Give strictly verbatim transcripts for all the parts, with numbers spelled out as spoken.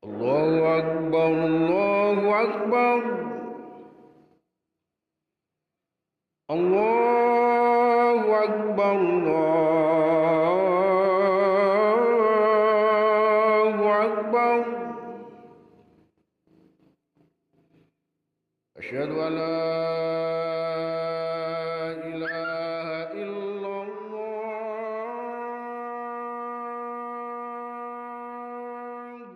Allahu Akbar, Allahu Akbar, Allahu Akbar, Allahu Akbar. Asyhadu an la ilaha illallah.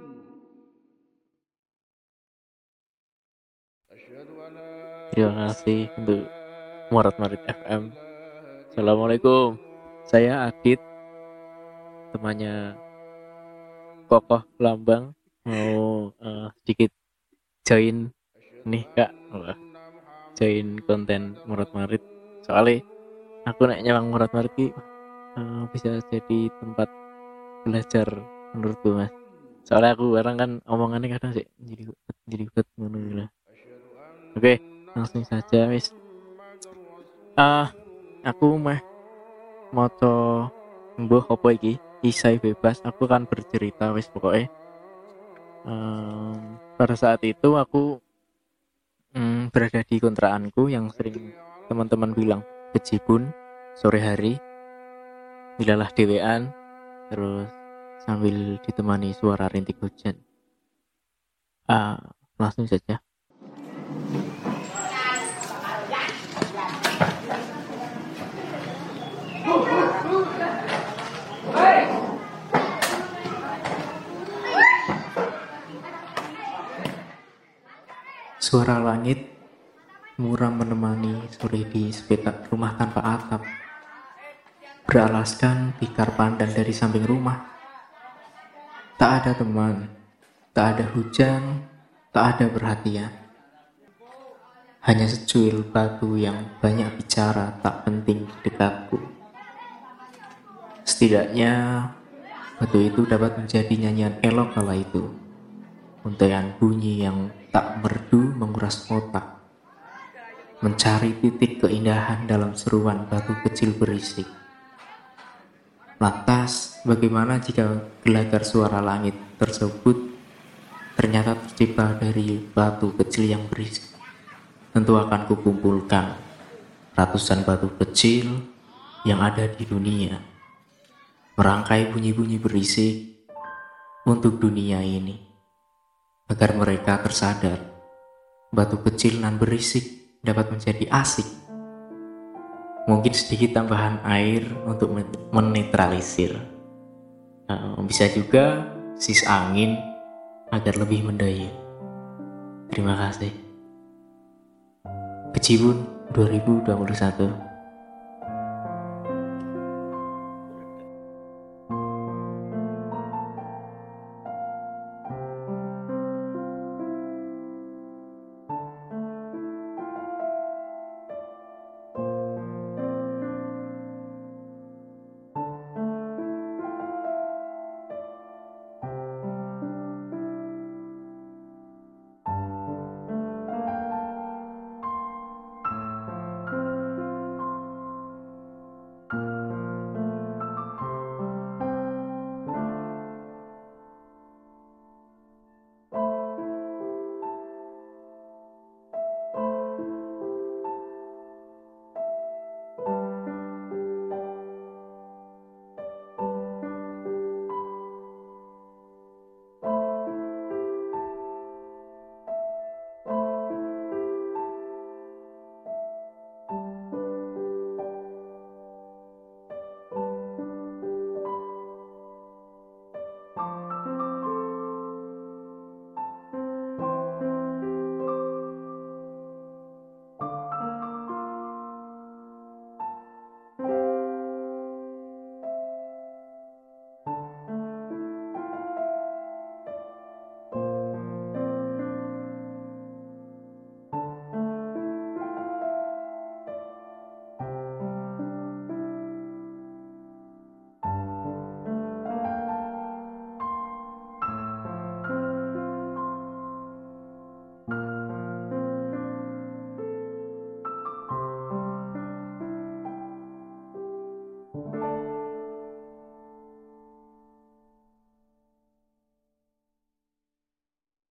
Asyhadu an la Terima kasih untuk Murat Marit F M. Assalamualaikum. Saya Adit, temannya Kokoh Lambang. Mau uh, sedikit join nih Kak, Wah, join konten Murat Marit. Soalnya aku naik nyawang Murat Marit ki uh, bisa jadi tempat belajar menurutku Mas. Soalnya aku barang kan omongannya kadang sih jadi jadi ikut ngono lah. Oke, langsung saja wis. Ah, aku mah moto mbuh apa iki? Isai bebas. Aku kan bercerita wis pokoknya. Um, pada saat itu aku um, berada di kontrakanku yang sering teman-teman bilang bejibun sore hari, bilalah dewean, terus sambil ditemani suara rintik hujan. Ah, langsung saja. Suara langit muram menemani sore di sepetak rumah tanpa atap, beralaskan tikar pandan dari samping rumah. Tak ada teman, tak ada hujan, tak ada perhatian. Hanya secuil batu yang banyak bicara tak penting di dekatku. Setidaknya batu itu dapat menjadi nyanyian elok kala itu. Untaian bunyi yang tak merdu menguras otak, mencari titik keindahan dalam seruan batu kecil berisik. Lantas, bagaimana jika gelagar suara langit tersebut ternyata tercipta dari batu kecil yang berisik? Tentu akan kukumpulkan ratusan batu kecil yang ada di dunia, merangkai bunyi-bunyi berisik untuk dunia ini, agar mereka tersadar batu kecil nan berisik dapat menjadi asik. Mungkin sedikit tambahan air untuk menetralisir. Nah, bisa juga sis angin agar lebih mendaya. Terima kasih. Bejibun dua ribu dua puluh satu.